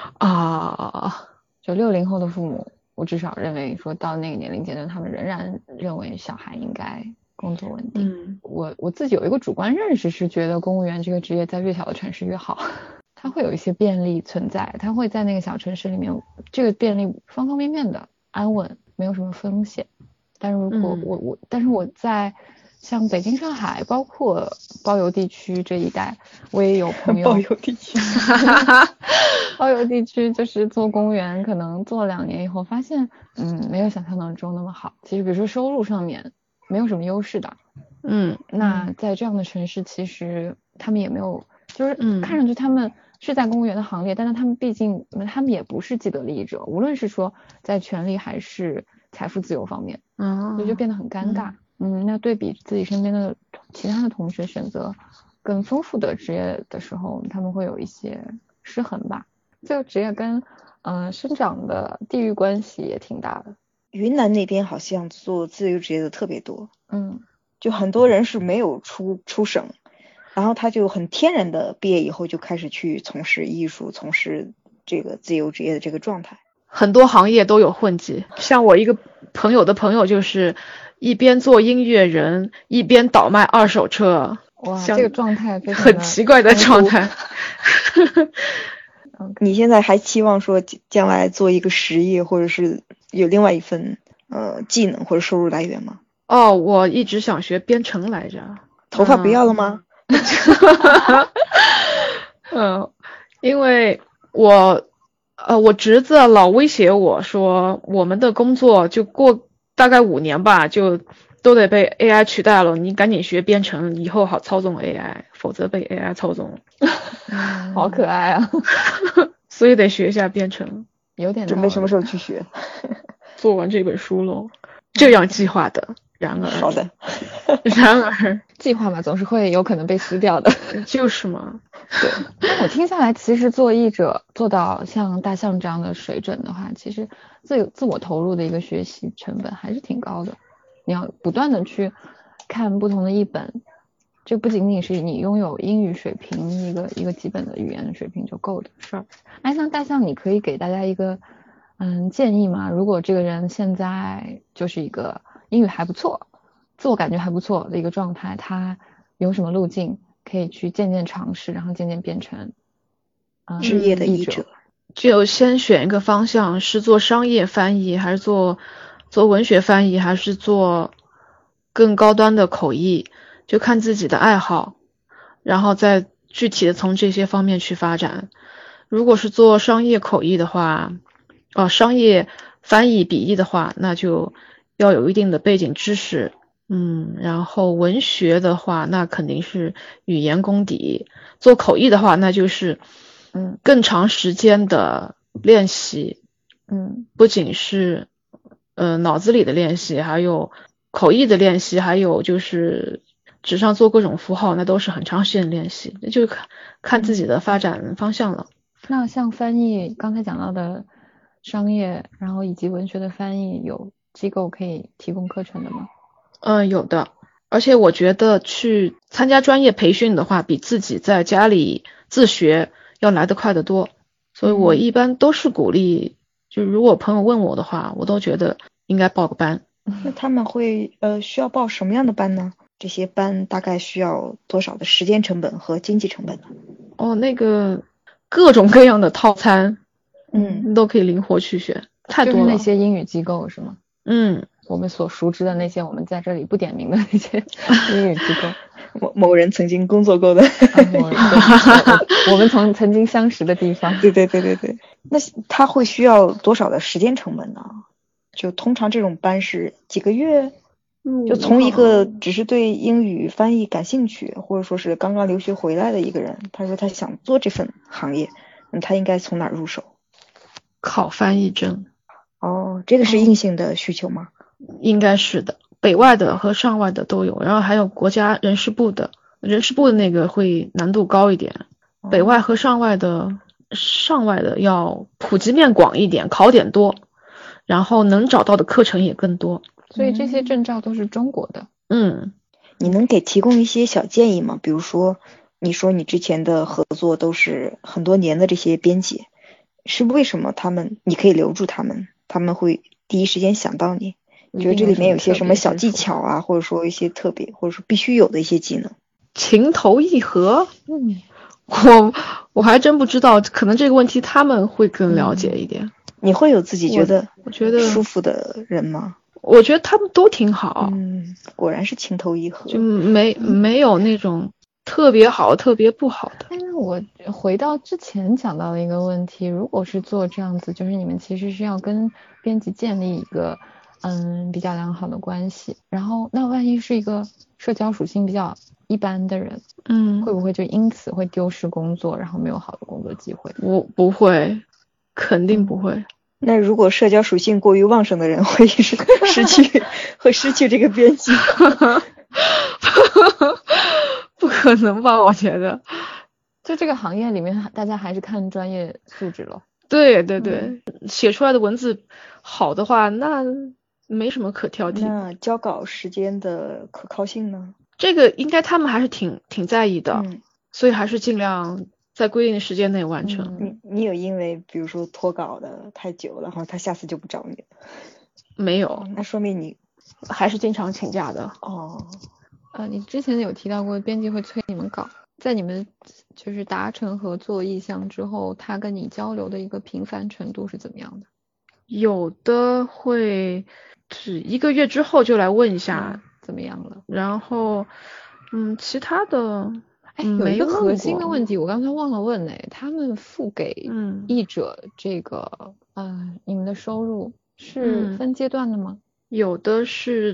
就60后的父母，我至少认为说到那个年龄阶段，他们仍然认为小孩应该工作稳定。我自己有一个主观认识，是觉得公务员这个职业在越小的城市越好，它会有一些便利存在，它会在那个小城市里面，这个便利方方面面的安稳，没有什么风险。但是如果但是我在像北京、上海，包括包邮地区这一带，我也有朋友。 包邮地区， 包邮地区就是做公务员，可能做了2年以后，发现没有想象当中那么好。其实比如说收入上面没有什么优势的。那在这样的城市，其实他们也没有，就是看上去他们是在公务员的行列，但是他们毕竟他们也不是既得利益者，无论是说在权利还是财富自由方面，所以就变得很尴尬。那对比自己身边的其他的同学选择更丰富的职业的时候，他们会有一些失衡吧。这个职业跟生长的地域关系也挺大的。 云南那边好像做自由职业的特别多。就很多人是没有出省，然后他就很天然的毕业以后就开始去从事艺术，从事这个自由职业的这个状态。 很多行业都有混迹，像我一个朋友的朋友就是一边做音乐人一边倒卖2手车。 哇，这个状态非常很奇怪的状态。 你现在还期望说将来做一个实业，或者是有另外一份技能或者收入来源吗？ 我一直想学编程来着。 头发不要了吗？ 因为我侄子老威胁我说，我们的工作就过大概5年吧，就都得被 AI 取代了，你赶紧学编程，以后好操纵 AI， 否则被 AI 操纵。 好可爱啊。 所以得学一下编程， 有点准备什么时候去学？ 做完这本书咯，这样计划的。然而好的。 然而计划嘛，总是会有可能被撕掉的。 就是嘛。 对。 但我听下来，其实做译者做到像大象这样的水准的话，其实自我投入的一个学习成本还是挺高的。你要不断的去看不同的译本，这不仅仅是你拥有英语水平一个基本的语言水平就够的事儿。像大象，你可以给大家一个建议吗？如果这个人现在就是一个英语还不错，自我感觉还不错的一个状态，他有什么路径可以去渐渐尝试，然后渐渐变成职业的译者？ 就先选一个方向，是做商业翻译，还是做文学翻译，还是做更高端的口译，就看自己的爱好，然后再具体的从这些方面去发展。如果是做商业口译的话，商业翻译笔译的话，那就要有一定的背景知识。然后文学的话，那肯定是语言功底。做口译的话，那就是更长时间的练习。不仅是脑子里的练习，还有口译的练习，还有就是纸上做各种符号，那都是很长时间的练习，那就看自己的发展方向了。 那像翻译刚才讲到的商业，然后以及文学的翻译，有机构可以提供课程的吗？ 有的，而且我觉得去参加专业培训的话，比自己在家里自学要来得快得多。所以我一般都是鼓励，就如果朋友问我的话，我都觉得应该报个班。 那他们会需要报什么样的班呢？这些班大概需要多少的时间成本和经济成本呢？ 那个各种各样的套餐，都可以灵活去选，太多了。 就是那些英语机构是吗？ 我们所熟知的那些，我们在这里不点名的那些英语机构。 某人曾经工作过的。 我们曾经相识的地方。 对。那他会需要多少的时间成本呢？就通常这种班是几个月？就从一个只是对英语翻译感兴趣，或者说是刚刚留学回来的一个人，他说他想做这份行业，那他应该从哪入手？ 考翻译证。 这个是硬性的需求吗？ 应该是的，北外的和上外的都有，然后还有国家人事部的那个会难度高一点。北外和上外的要普及面广一点，考点多，然后能找到的课程也更多。 所以这些证照都是中国的。 你能给提供一些小建议吗？比如说你说你之前的合作都是很多年的这些编辑，是为什么你可以留住他们会第一时间想到你？觉得这里面有些什么小技巧啊，或者说一些特别或者说必须有的一些技能？ 情投意合。我还真不知道，可能这个问题他们会更了解一点。 你会有自己觉得舒服的人吗？ 我觉得他们都挺好。 果然是情投意合， 就没有那种特别好特别不好的。 但是我回到之前讲到的一个问题，如果是做这样子，就是你们其实是要跟编辑建立一个比较良好的关系，然后那万一是一个社交属性比较一般的人，会不会就因此会丢失工作，然后没有好的工作机会？ 我不会，肯定不会。 那如果社交属性过于旺盛的人会失去这个编辑？ 不可能吧，我觉得。 就这个行业里面，大家还是看专业素质了。 对，写出来的文字好的话，那没什么可挑剔。 那交稿时间的可靠性呢？ 这个应该他们还是挺在意的，所以还是尽量在规定的时间内完成。 你有因为比如说拖稿的太久了，然后他下次就不找你？ 没有。 那说明你还是经常请假的。 你之前有提到过编辑会催你们稿，在你们就是达成合作意向之后，他跟你交流的一个频繁程度是怎么样的？ 有的会是1个月之后就来问一下怎么样了， 然后其他的有一个核心的问题我刚才忘了问他们付给译者这个你们的收入是分阶段的吗？ 有的是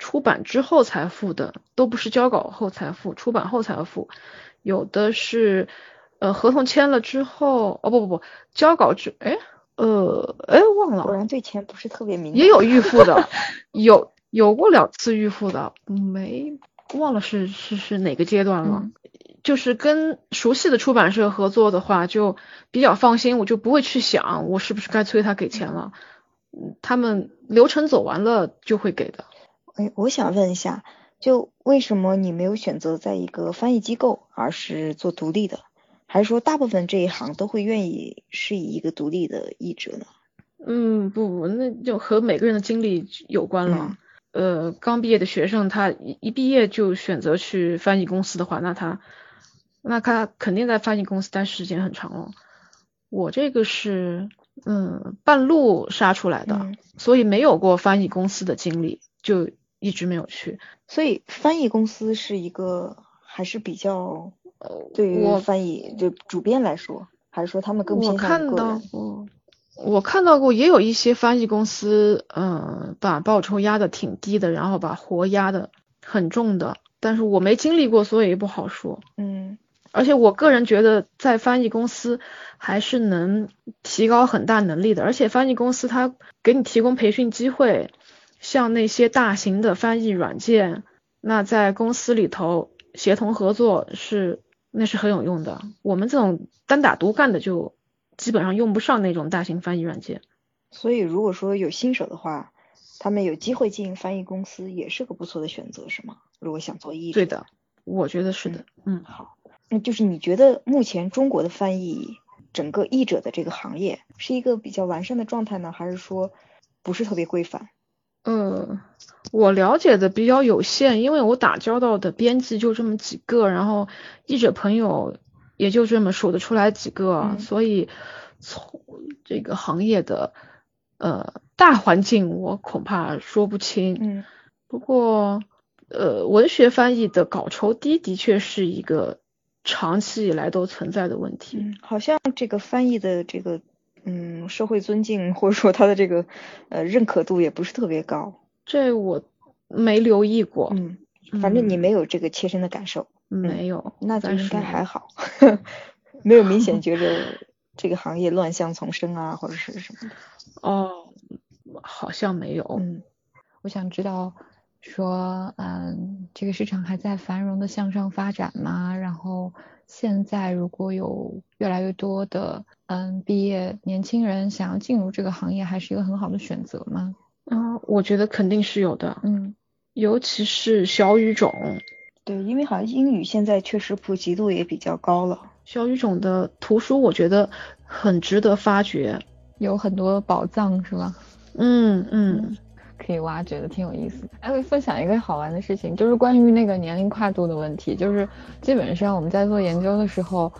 出版之后才付的，都不是交稿后才付，出版后才付。有的是合同签了之后，不，交稿之忘了， 果然对钱不是特别敏感。 也有预付的，有过2次预付的，忘了是哪个阶段了。就是跟熟悉的出版社合作的话，就比较放心，我就不会去想我是不是该催他给钱了。他们流程走完了就会给的。 我想问一下，就为什么你没有选择在一个翻译机构，而是做独立的？还是说大部分这一行都会愿意是以一个独立的译者呢？ 不，那就和每个人的经历有关了。刚毕业的学生，他一毕业就选择去翻译公司的话，那他肯定在翻译公司待时间很长了。我这个是半路杀出来的，所以没有过翻译公司的经历，就一直没有去。 所以翻译公司是一个还是比较对于翻译就主编来说，还是说他们更偏向个人？ 我看到过也有一些翻译公司把报酬压的挺低的，然后把活压的很重的，但是我没经历过，所以也不好说。而且我个人觉得在翻译公司还是能提高很大能力的，而且翻译公司它给你提供培训机会，像那些大型的翻译软件，那在公司里头协同合作那是很有用的。我们这种单打独干的就基本上用不上那种大型翻译软件。 所以如果说有新手的话，他们有机会进翻译公司也是个不错的选择，是吗？如果想做译者。 对的，我觉得是的。 好，那就是你觉得目前中国的翻译整个译者的这个行业是一个比较完善的状态呢，还是说不是特别规范？ 我了解的比较有限，因为我打交道的编辑就这么几个，然后译者朋友也就这么数得出来几个，所以从这个行业的大环境我恐怕说不清。不过文学翻译的稿酬低的确是一个长期以来都存在的问题。 好像这个翻译的这个社会尊敬或者说他的这个认可度也不是特别高。 这我没留意过。 反正你没有这个切身的感受。 没有。 那就应该还好。没有明显觉着这个行业乱象丛生啊或者是什么的。 好像没有。 我想知道说这个市场还在繁荣的向上发展吗？然后现在如果有越来越多的毕业年轻人想要进入这个行业，还是一个很好的选择吗？ 我觉得肯定是有的。尤其是小语种。 对，因为好像英语现在确实普及度也比较高了。 小语种的图书我觉得很值得发掘， 有很多宝藏是吧？可以挖掘的，挺有意思。我分享一个好玩的事情，就是关于那个年龄跨度的问题。就是基本上我们在做研究的时候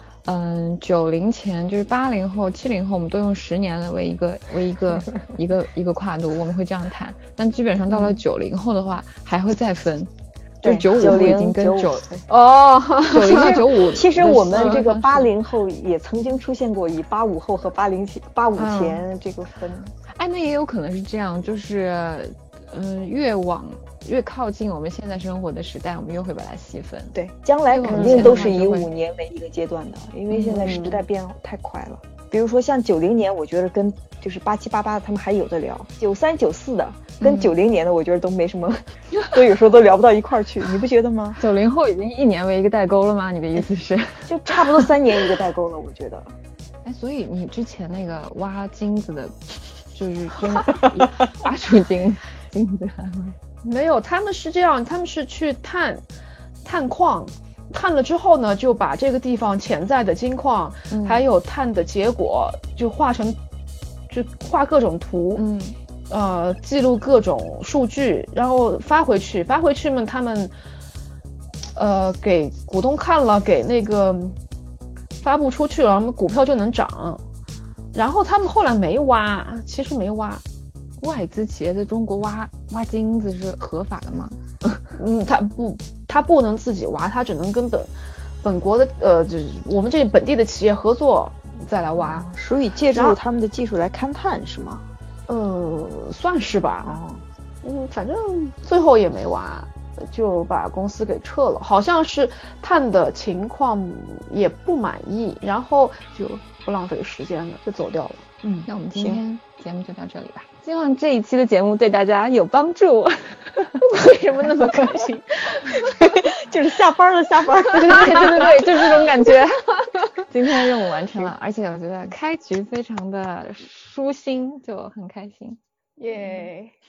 ，90前就是80后、70后，我们都用10年为一个跨度，我们会这样谈。但基本上到了90后的话，还会再分。就95后已经跟90到95。 其实我们这个80后也曾经出现过以85后和85前这个分。 那也有可能是这样，就是越靠近我们现在生活的时代，我们越会把它细分。 对，将来肯定都是以5年为一个阶段的，因为现在时代变太快了。比如说像90年，我觉得跟就是87、88他们还有的聊，93、94的跟90年的，我觉得都没什么，都有时候都聊不到一块儿去，你不觉得吗 ？90后已经1年为一个代沟了吗？你的意思是？ 就差不多3年一个代沟了，我觉得。 所以你之前那个挖金子的，就是真挖出金子来吗？ 没有，他们是这样，他们是去探矿。探了之后呢，就把这个地方潜在的金矿，还有探的结果，就画各种图，记录各种数据，然后发回去嘛，他们给股东看了，给那个发布出去了，我们股票就能涨。然后他们后来没挖，其实没挖。 外资企业在中国挖金子是合法的吗？ 他不能自己挖，他只能跟本国的就是我们这本地的企业合作再来挖， 所以借助他们的技术来勘探是吗？ 算是吧。 反正最后也没完，就把公司给撤了，好像是探的情况也不满意，然后就不浪费时间了，就走掉了。 那我们今天节目就到这里吧。 希望这一期的节目对大家有帮助。为什么那么开心？ 就是下班了， 对，就是这种感觉。 今天任务完成了，而且我觉得开局非常的舒心，就很开心。 耶。